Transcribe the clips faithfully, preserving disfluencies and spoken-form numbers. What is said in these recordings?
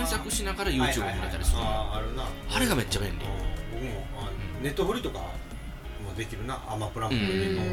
索しながら YouTube を見れたりするの、はいはいはい、あ, あるなあれがめっちゃ便利。 僕もネットフリとかもできるな、アマプラもできるの、うん、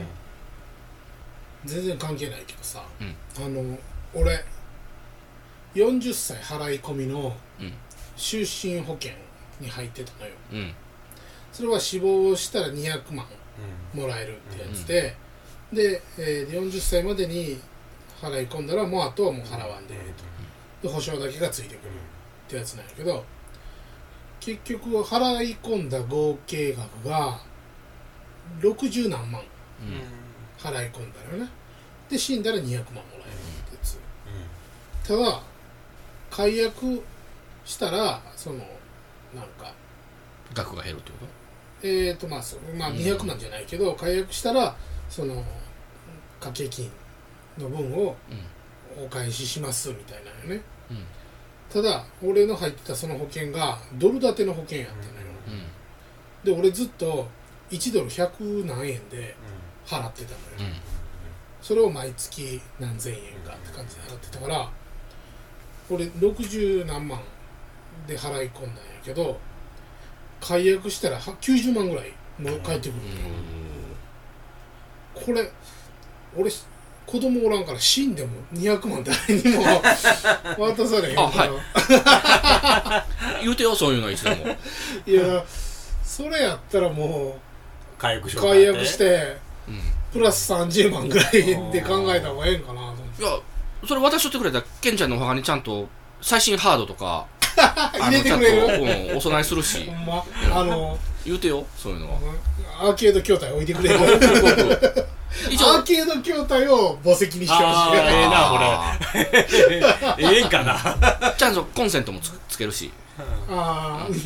全然関係ないけどさ、 うん、 あの俺よんじゅっさい払い込みの就寝保険に入ってたのよ、 うん、 それは死亡したらにひゃくまんもらえるってやつで、うん、で、えー、よんじゅっさいまでに払い込んだらもうあとはもう払わんでええと、で保証だけがついてくるってやつなんやけど、結局払い込んだ合計額がろくじゅうなんまん払い込んだらね、で死んだらにひゃくまんもらえるってやつ、うん、ただ解約したらそのなんか額が減るってこと？ えーとまあ、まあにひゃくまんじゃないけど、うん、解約したらその掛け金の分をお返ししますみたいなよね、 うん、 ただ俺の入ってたその保険がドル建ての保険やったのよ、 うん、 で俺ずっといちドルひゃくなんえんで払ってたのよ、うん、それを毎月何千円かって感じで払ってたから、俺ろくじゅうなんまんで払い込んだんやけど解約したらきゅうじゅうまんぐらいもう返ってくるのよ、うん、これ俺子供おらんから死んでもにひゃくまん誰にも渡されへんからはい、言うてよそういうのいつでもいやそれやったらもう解約しよう解約して、 うん、 プラスさんじゅうまんぐらいで考えた方がええんかなと思って。 いやそれ渡しとってくれたらケンちゃんのお墓にちゃんと最新ハードとか入れてくれる、 うん、お供えするしほんま、うん、あの言うてよそういうのはアーケード筐体置いてくれる一応アーケード筐体を墓石にしてほしい。 ええなこれええんかなちゃんとコンセントも つ, つけるしああ、うん、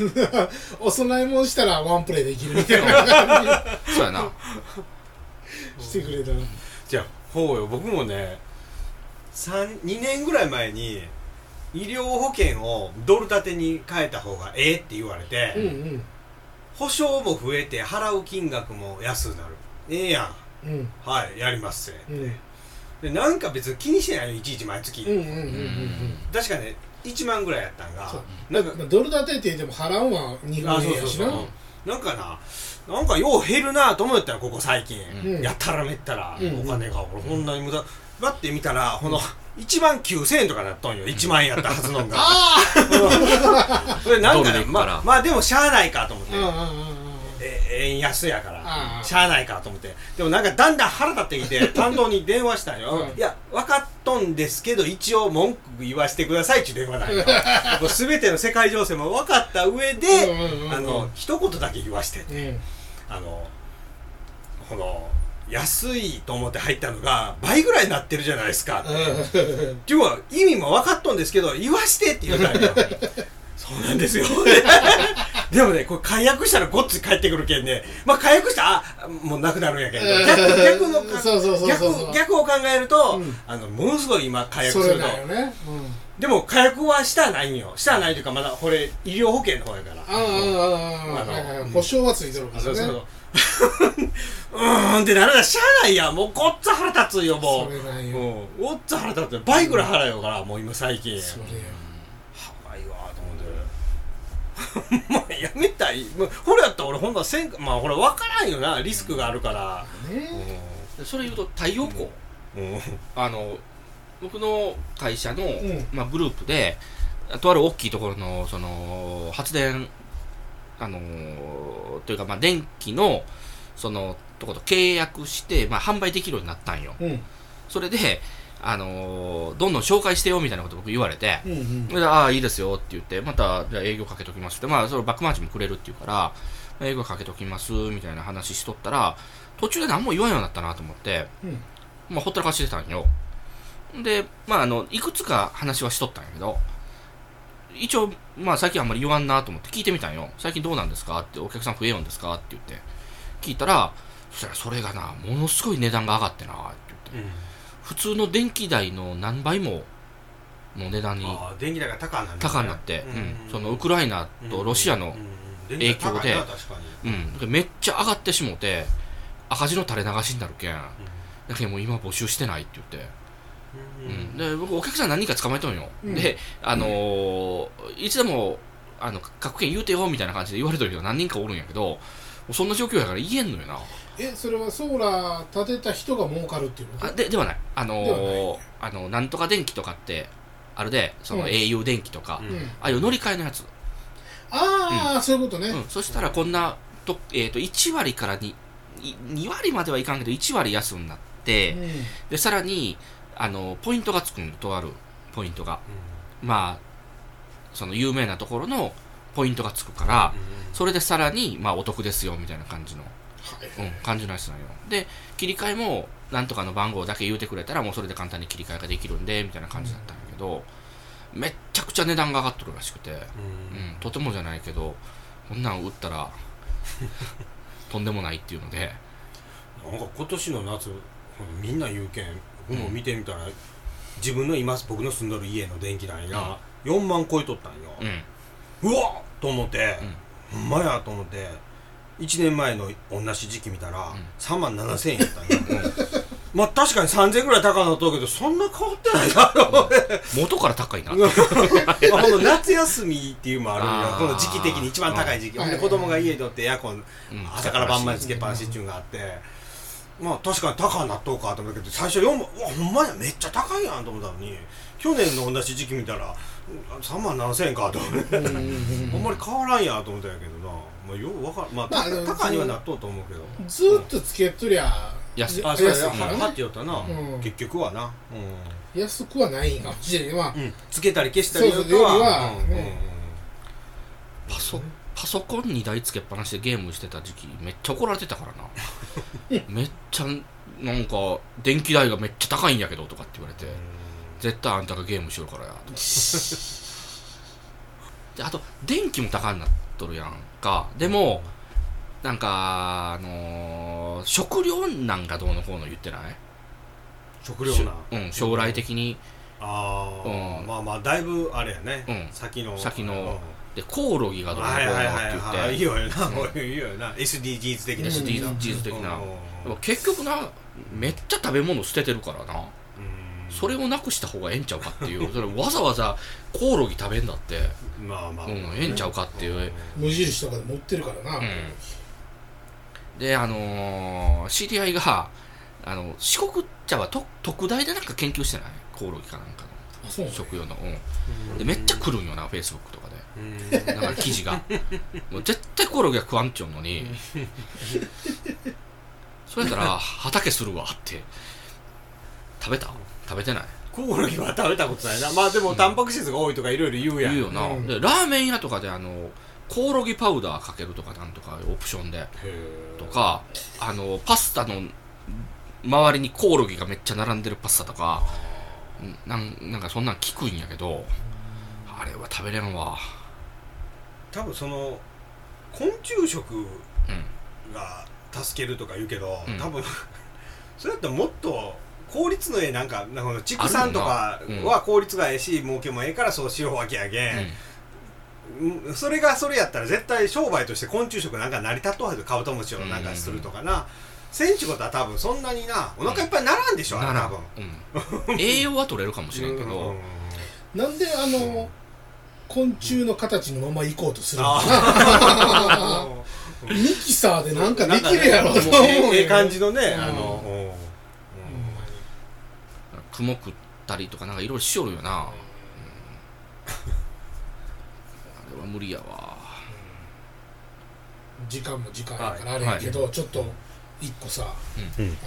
お供え物したらワンプレイできるみたいな感じそうやなしてくれたらじゃあほうよ僕もねにねんぐらい前に医療保険をドル建てに変えた方がええって言われて、 うんうん、 保証も増えて払う金額も安くなるええやん、うん、はいやりますって、うん、でなんか別に気にしてないよいちいち毎月、うんうんうんうん、確かねいちまんぐらいやったんがなんかドル建てって言っても払うはにほんえんやしな、 なんかななんかよう減るなと思ったよここ最近、うん、やったらめったら、うん、お金がこれこんなに無駄バッて見たらこのいちまんきゅうせんえんとかなっとんよいちまんえんやったはずのんがそれなんかねま, まあでもしゃあないかと思ってえ円安やからしゃあないかと思ってでもなんかだんだん腹立ってきて担当に電話したんよ、うん、いや分かっとんですけど一応文句言わせてくださいっていう電話なんよ全ての世界情勢も分かった上であの一言だけ言わしてて、うん、あのこの安いと思って入ったのが倍ぐらいになってるじゃないですかってっていうか意味も分かっとんですけど言わしてって言うたんよそうなんですよでもねこれ解約したらごっつ返ってくるけんねまあ解約したらもうなくなるんやけど逆, 逆のそうそうそうそう逆逆を考えると、うん、あのものすごい今解約するとそれだよね、うん、 でも解約はしたないんよしたないというかまだこれ医療保険の方やからああああああ保証はついてるからねそうそうそううーんってなるなしゃあないやもうごっつ腹立つよもうそれなんよ、 うん、ごっつ腹立つ倍ぐらい払うよから、うん、もう今最近それよはいわと思ってもうやめたいこれやったら俺ほんとせんまあこれ分からんよなリスクがあるから、 ねうん、それ言うと太陽光、うん、あの僕の会社の、うんまあ、グループでとある大きいところのその発電あのー、というかまあ電気のそのとこと契約して、まあ、販売できるようになったんよ、うん、それで、あのー、どんどん紹介してよみたいなこと僕言われて、うんうん、でああいいですよって言ってまたじゃあ営業かけときますってまあそれバックマージンもくれるって言うから営業かけときますみたいな話しとったら途中で何も言わんようになったなと思って、うん、まあほったらかしてたんよでまああのいくつか話はしとったんやけど一応まあ最近あんまり言わんなと思って聞いてみたんよ最近どうなんですかってお客さん増えよんですかって言って聞いたらそしたらそれがなものすごい値段が上がってなって言って、うん、普通の電気代の何倍もの値段にあ電気代が高になって、 高になって、うん、そのウクライナとロシアの影響で、うん、めっちゃ上がってしもて赤字の垂れ流しになるけん、うん、だけどもう今募集してないって言ってうん、で僕お客さん何人か捕まえとんよ、うん、であのー、いつでもあの各県言うてよみたいな感じで言われてるけど何人かおるんやけどそんな状況やから言えんのよな。 えそれはソーラー立てた人が儲かるっていうこと？ あ で, ではないあのー、あのなんとか電気とかってあるでその エーユー 電気とか、うん、ああいう乗り換えのやつああ、うん、そういうことね、 うん、そしたらこんなと、えー、といち割から 2, に割まではいかんけどいち割安になって、うん、でさらにあのポイントがつくのとあるポイントが、うん、まあその有名なところのポイントがつくから、うん、それでさらにまあお得ですよみたいな感じの、はいうん、感じのやつなんよ。で切り替えもなんとかの番号だけ言うてくれたらもうそれで簡単に切り替えができるんでみたいな感じだったんだけど、うん、めっちゃくちゃ値段が上がっとるらしくて、うんうん、とてもじゃないけどこんなん売ったらとんでもないっていうのでなんか今年の夏みんな言うけん僕も見てみたら、うん、自分の今僕の住んどる家の電気代がよんまん超えとったんよ、うん、うわっと思って、うん、ほんまやと思っていちねんまえの同じ時期見たら、うん、さんまんななせんえんやったんよ、うん、まあ確かにさんぜんえんぐらい高くなっとるけどそんな変わってないなと思って、 うん、元から高いなこの夏休みっていうのもあるんよこの時期的に一番高い時期で子供が家でおってエアコン、うん、朝から晩までつけっぱなしっていうのがあってまあ確かに高くなっとうかと思ったけど最初よんまんうわほんまやめっちゃ高いやんと思ったのに去年の同じ時期見たらさんまんななせんえんかと思ってあんまり変わらんやと思ったんやけどな、まあ、よくわかるまあ、まあ、高にはなっとうと思うけどずーっとつけとりゃ安いあそうやはってよったな、うん、結局はな、 うん、安くはないかもしれんまあ、うん、 つけたり消したりよりはパソパソコンにだいつけっぱなしでゲームしてた時期めっちゃ怒られてたからなめっちゃなんか電気代がめっちゃ高いんやけどとかって言われて絶対あんたがゲームしよるからやとであと電気も高くなっとるやんかでもなんかあのー、食料なんかどうのこうの言ってない食料なんうん将来的にああ、うん、まあまあだいぶあれやね、うん、先の先の、うんでコオロギがどうのこうのって言っていいよな、うん、いいよな エスディージーズ 的なエスディージーズ 的な、うん、結局なめっちゃ食べ物捨ててるからな、うん、それをなくした方がええんちゃうかっていうそれわざわざコオロギ食べんだってまあまあ、うん、 ええんちゃうかっていう、 無印とかで持ってるからな、うん、 であのー、知り合いがあの四国茶はと特大でなんか研究してないコオロギかなんかのあそう、ね、 食用の、うん、でめっちゃ来るんよなフェイスブックとかでだから記事がもう絶対コオロギは食わんっちゅうのにそうやったら畑するわって食べた食べてないコオロギは食べたことないなまあでもタンパク質が多いとかいろいろ言うやん、 言うよな、うん、でラーメン屋とかであのコオロギパウダーかけるとかなんとかオプションでとかあのパスタの周りにコオロギがめっちゃ並んでるパスタとかなん、なんかそんなん聞くんやけどあれは食べれんわ多分その昆虫食が助けるとか言うけど、うん、多分それだったらもっと効率のええなんか畜産とかは効率がええし、うん、儲けもええからそうしようわけやけん、うん、それがそれやったら絶対商売として昆虫食なんか成り立っとはずカブトムシをなんかするとかな、せんちゅうことは多分そんなになお腹いっぱいならんでしょ、うん、あれ多分、 うん、栄養は取れるかもしれんけど、うんうん、 なんであの、うん昆虫の形のまま行こうとするのかなミキサーでなんかできるやろと思うええ感じのね、うん、あの、うん、 雲食ったりとかなんかいろいろしよるよな、うん、あれは無理やわ、 うん、時間も時間やからあれやけど、はい、ちょっと一個さ、うん、あの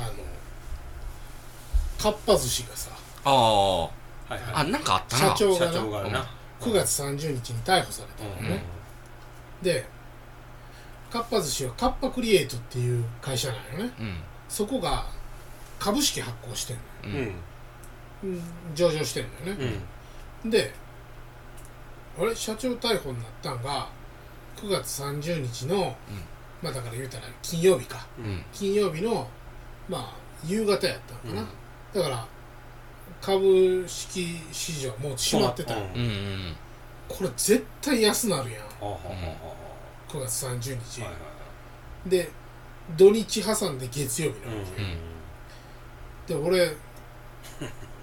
かっぱ寿司がさああ、はいはい、あなんかあったな社長がな、 社長がなくがつさんじゅうにちに逮捕されたのね、うん、でかっぱ寿司はカッパクリエイトっていう会社なんよね、うん、そこが株式発行してんのよ、うん、上場してんのよね、うん、であれ社長逮捕になったんがくがつさんじゅうにちの、うん、まあだから言うたら金曜日か、うん、金曜日のまあ夕方やったのかな、うん、だから株式市場もう閉まってた、うんうん、これ絶対安なるやん、うん、くがつさんじゅうにち、はいはい、で土日挟んで月曜日なわけ、うんうん、で俺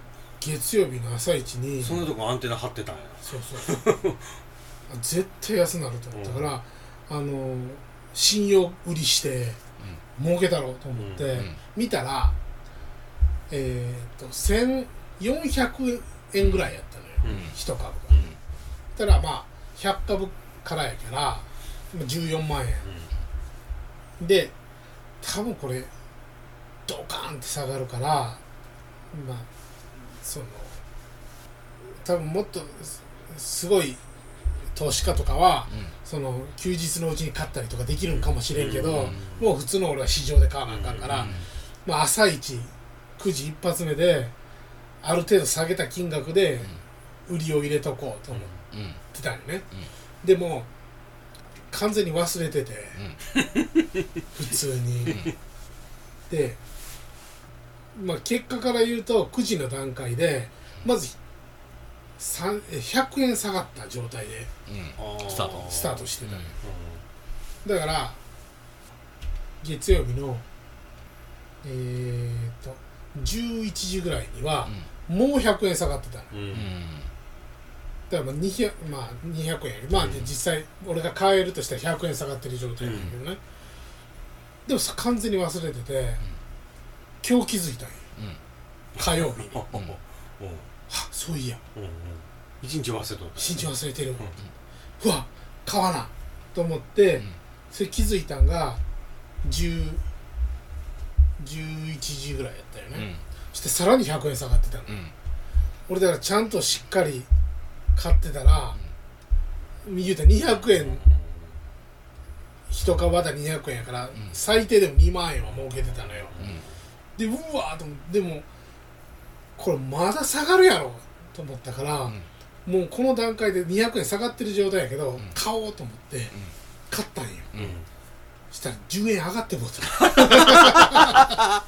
月曜日の朝一にそんなとこアンテナ張ってたんや。 そうそうそう絶対安なると思ったから、うん、あの信用売りして儲けたろうと思って、うん、見たらえー、っとせんよんひゃくえんぐらいやったのよ、うん、いち株が、うん、たらまあひゃく株からやからじゅうよんまんえん、うん、で多分これドカーンって下がるから、まあその多分もっとすごい投資家とかは、うん、その休日のうちに買ったりとかできるんかもしれんけど、うん、もう普通の俺は市場で買わなあかんから、うん、まあ、朝一くじ一発目である程度下げた金額で売りを入れとこうと思ってたんよね、うんうん、でも完全に忘れてて、うん、普通に、うん、で、まあ、結果から言うとくじの段階でまずひゃくえん下がった状態で、うん、スタートスタートしてた、うん、だから月曜日のえーっとじゅういちじぐらいにはもうひゃくえん下がってたの、うん、だからまあにひゃく、まあ、にひゃくえん、まあ、実際俺が買えるとしたらひゃくえん下がってる状態なんだけどね、うん、でも完全に忘れてて、うん、今日気づいたんよ、うん、火曜日に、うん、はそういや、うんうん、 一日忘れとった一日忘れてる、うん、うわ買わなと思って、うん、それ気づいたんがじゅうじゅういちじぐらいやったよね、うん、そしてさらにひゃくえん下がってたの、うん、俺だからちゃんとしっかり買ってたら、うん、言うたらにひゃくえん一株当たりにひゃくえんやから、うん、最低でもにまんえんは儲けてたのよ、うん、でうわーと思ってでもこれまだ下がるやろと思ったから、うん、もうこの段階でにひゃくえん下がってる状態やけど、うん、買おうと思って買ったんよ、うん、そしたらじゅうえん上がってもうた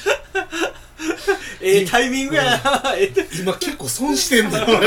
ええタイミングやな今結構損してんだよ俺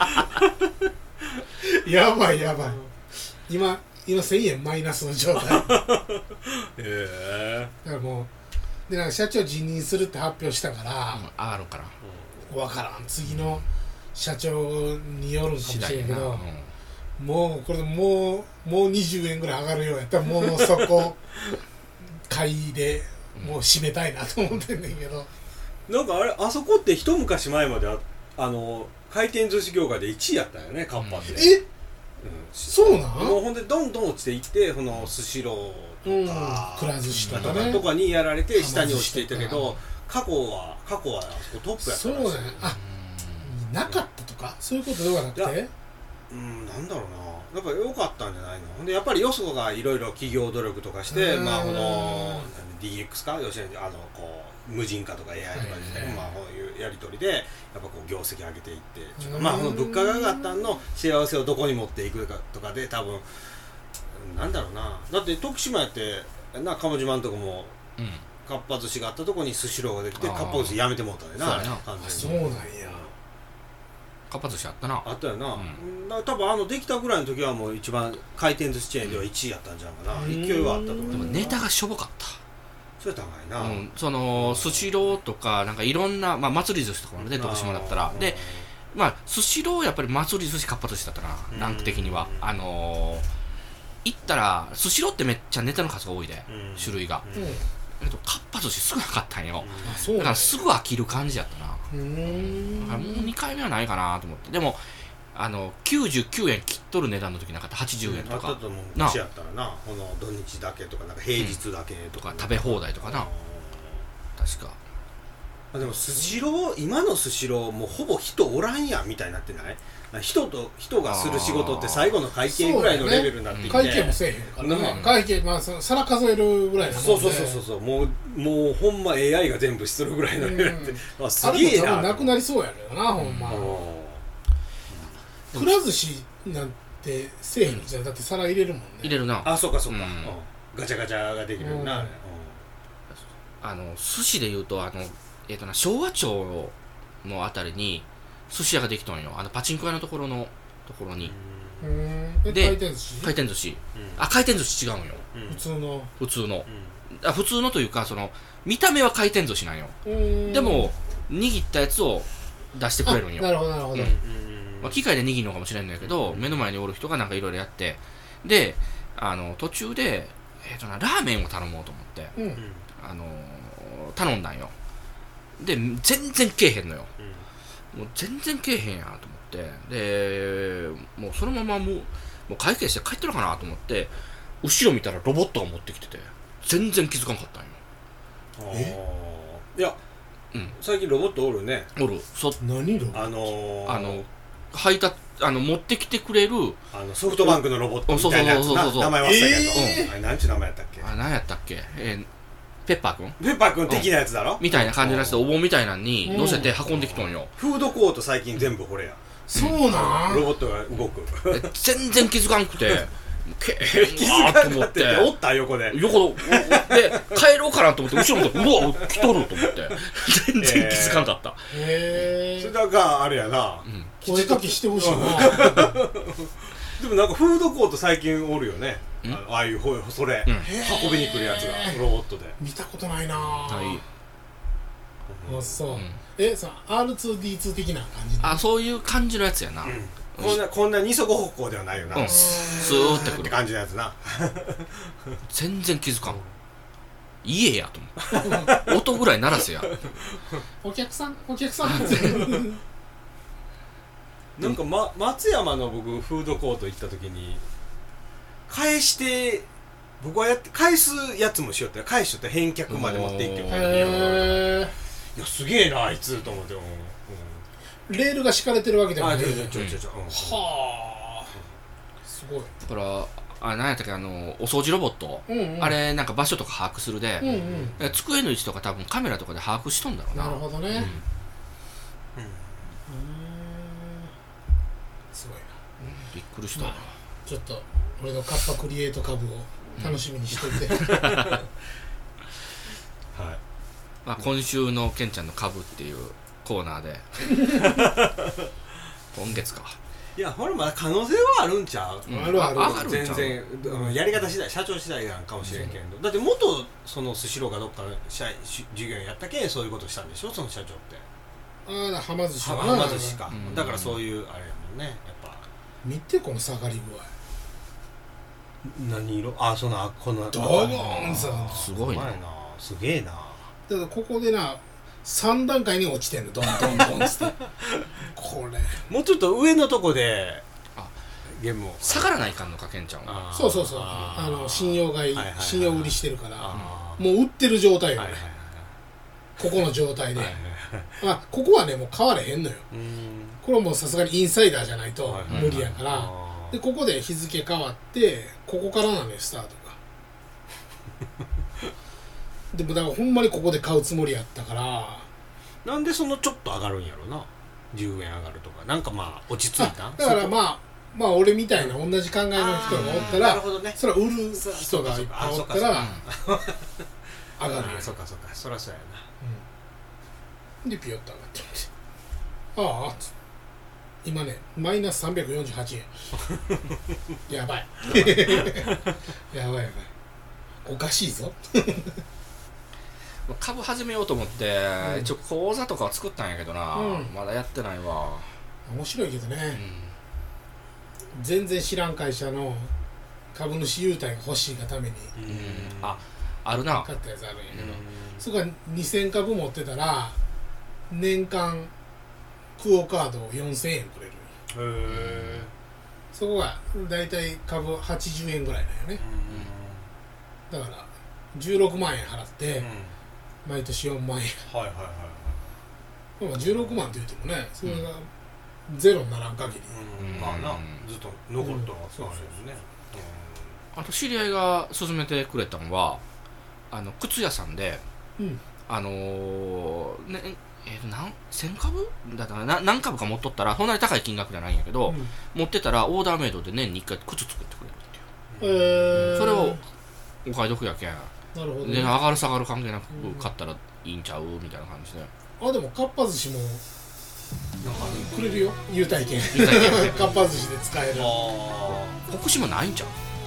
やばいやばい今今せんえんマイナスの状態へえだからもうでなんか社長辞任するって発表したから、 うん、上がるから分からん次の社長によるんかもしれんけど、うん、もうこれもうもうにじゅうえんぐらい上がるようやったらもうそこ買いでもう締めたいなと思ってんねんけど、 なんかあれあそこって一昔前まで あ, あの回転寿司業界でいちいやったよねカッパって、 え、うん、そうなんもうほんでどんどん落ちていってこのスシローとか、 うん、くら寿司とかねとかにやられて下に落ちていったけど過去は過去はあそこトップやったらしい。 そうね、あなかったとかそういうことではなくて、 うん、なんだろうな、やっぱ良かったんじゃないの。ほんでやっぱりよそがいろいろ企業努力とかしてまあこの ディーエックス か要するにあのこう無人化とか エーアイ とかで、ね、まあこういうやり取りでやっぱこう業績上げていってちょっとまあこの物価が上がったの幸せをどこに持っていくかとかで多分なんだろうな、だって徳島やってな鴨島のとこも、うんかっぱ寿司があったとこにスシローができてかっぱ寿司やめてもうたんやな。 そうなんや。 かっぱ寿司あったな。 あったよな、うん、だから多分あのできたぐらいの時はもう一番回転寿司チェーンではいちいやったんじゃないかな、うん、勢いはあったと思う。 でもネタがしょぼかった。 そうやったんかいな、 うん、そのスシローとかなんかいろんな、まあ、祭り寿司とかもね徳島だったらでまあスシローやっぱり祭り寿司かっぱ寿司だったな、ランク的にはあのー、行ったらスシローってめっちゃネタの数が多いで、うん、種類が、うんかっぱ寿司少なかったんよ、うん、だからすぐ飽きる感じやったな。うーんだからもうにかいめはないかなと思って。でもあのきゅうじゅうきゅうえん切っとる値段の時なかったはちじゅうえんとか、うん、あったと思う。 うちやったらなこの土日だけとかなんか平日だけとか、 うん、とか食べ放題とかな確か。 でもスシロー今のスシローもうほぼ人おらんやんみたいになってない。人と人がする仕事って最後の会計ぐらいのレベルになってきて、 ね、会計もせえへんからね、うん、会計まあ皿数えるぐらいなもんで、 そうそうそうそうもうもうほんま エーアイ が全部するぐらいのレベルって、うん、あすげえな。 あれも多分なくなりそうやけどな、ほんま、うん、くら寿司なんてせえへんじゃん、だって皿入れるもんね。 入れるな。 あ、そうかそうか、うん、ガチャガチャができるよな、うん、 あの寿司でいうとあの、えー、とな昭和町のあたりに寿司屋ができたんよ。あのパチンコ屋のところのところに。 うーんで回転寿司回転寿司、うん、あ回転寿司違うんよ、 うん、普通の普通の、うん、あ普通のというかその見た目は回転寿司なんよ。でも握ったやつを出してくれるんよ。 なるほどなるほど、うんまあ、機械で握るのかもしれないけど、うん、目の前におる人がなんかいろいろやってであの途中で、えーとな、ラーメンを頼もうと思って、うん、あのー、頼んだんよ。で全然けえへんのよ、うん、もう全然けえへんやと思ってでもうそのままもう、もう会計して帰ってるかなと思って後ろ見たらロボットが持ってきてて全然気づかんかったんよ。 えいや、 うん、 最近ロボットおるね。 おる。そ何ロボット？ あのー、 あの配達あの持ってきてくれるあのソフトバンクのロボットみたいなやつな。名前忘れたけど、えー、あれ何ちゅう名前やったっけ？ あ、何やったっけ？えー、ペッパーくん？ ペッパーくん的なやつだろ？ みたいな感じのやつでお盆みたいなのに乗せて運んできとんよ。 フードコート最近全部これや。 そうなん？ ロボットが動く。 全然気づかんくて。け気づかんかっておった横で横で帰ろうかなと思って後ろ見てうわ来とると思って全然気づかんかった。 へえ。それだからあれやな、 うん、声かけしてほしいな。 でもなんかフードコート最近おるよね。あ, ああいうほそれ、うん、運びに来るやつがロボットで見たことないな。 はいあそう、うん、えさ アールツーディーツー 的な感じ。 あそういう感じのやつやな、うんこんなこんな二足歩行ではないよな、 うん、スーってくるって感じのやつな。 全然気づかん。家やと思う音ぐらい鳴らせや。 お客さんお客さんなんか、ま、松山の僕フードコート行った時に返して僕はやって返すやつもしよって返しとって返却まで持っていってる。へーいやすげえなあいつと思って、うんレールが敷かれてるわけでもない。はあすごい。 だからあ何やったっけあのお掃除ロボット、うんうん、あれなんか場所とか把握するで、うんうん、机の位置とか多分カメラとかで把握しとんだろうな。 なるほどね、うんうん、すごいな、 うん、びっくりした、まあ、 ちょっと俺のカッパクリエイト株を楽しみにしといて、うんはいまあ、今週のケンちゃんの株っていうコーナーで今月かいやほらまだ可能性はあるんちゃう、 うん、あるあるある全然、うん、やり方次第社長次第なんかもしれんけど、うん、だって元そのスシローがどっかの社従業員やったけんそういうことしたんでしょその社長って。 ああはま寿司ははま寿司か、うん、だからそういうあれやもんねやっぱ見てこの下がり具合何色あそのこのドーンさすごいなすげえな。 だからここでなさん段階に落ちてんのドンドンドンってこれもうちょっと上のとこであゲームを下がらないかんのかけんちゃんは。 そうそうそうあの信用買い、はいはいはい、信用売りしてるからもう売ってる状態よね、はいはいはい、ここの状態で、はいはいはい、あここはねもう買われへんのよ。これはもうさすがにインサイダーじゃないと無理やから、はいはいはい、でここで日付変わってここからなのよスタートがでもだからほんまにここで買うつもりやったからなんでそのちょっと上がるんやろなじゅうえん上がるとかなんかまあ落ち着いただからまあまあ俺みたいな同じ考えの人がおったら、ね、それは売る人がいっぱいおったら上がるよ。 そうかそうかそりゃそうやな、 うん、でピヨッと上がってます。ああ今ねマイナスさんびゃくよんじゅうはちえんやばいやばいやばいおかしいぞ株始めようと思って、うん、一応口座とかは作ったんやけどな、うん、まだやってないわ。 面白いけどね、うん、全然知らん会社の株主優待が欲しいがために、 うん、ああるな買ったやつあるんやけど、そこがにせんかぶ持ってたら年間クオカードをよんせんえんくれる。へーそこがだいたい株はちじゅうえんぐらいなんよね。だからじゅうろくまんえん払って、うん、毎年よんまんえん。はいはいはいはい。じゅうろくまんって言ってもね、それがゼロにならん限り、 うんうん、まあな、ずっと残るとはそうですね。 あと知り合いが勧めてくれたのは、あの靴屋さんで、うん、あのー、ねえー、何せんかぶだったらな何株か持っとったらそんなに高い金額じゃないんやけど、うん、持ってたらオーダーメイドで年にいっかい靴作ってくれるっていう、えー、それをお買い得やけんなるほど、ね、で上がる下がる関係なく買ったらいいんちゃうみたいな感じで、 あでもかっぱ寿司もなんかくれるよ優待券かっぱ寿司で使える。 国士もないんちゃう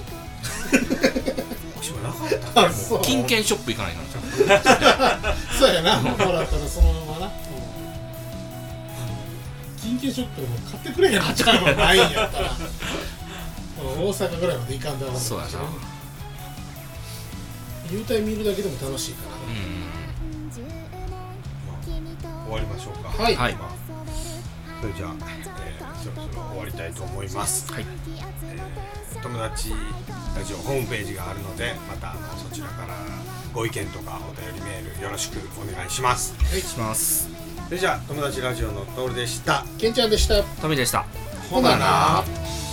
国士もなかったっけ金券ショップ行かないからちゃうそうやなもらったらそのままな、うん、 金券ショップでも買ってくれへんのちゃうのないんやったら大阪ぐらいまで行かんだろう。 そうやな。 幽体見るだけでも楽しいから、 うん、 まあ、終わりましょうか。 はい、 はい、 まあ、それじゃあ、えー、そろそろ終わりたいと思います。 はい、 えー、友達ラジオホームページがあるので、またあのそちらからご意見とかお便りメールよろしくお願いします。 はい、します。 それじゃあ友達ラジオのトールでした。 ケンちゃんでした。 トミでした。 ほなな。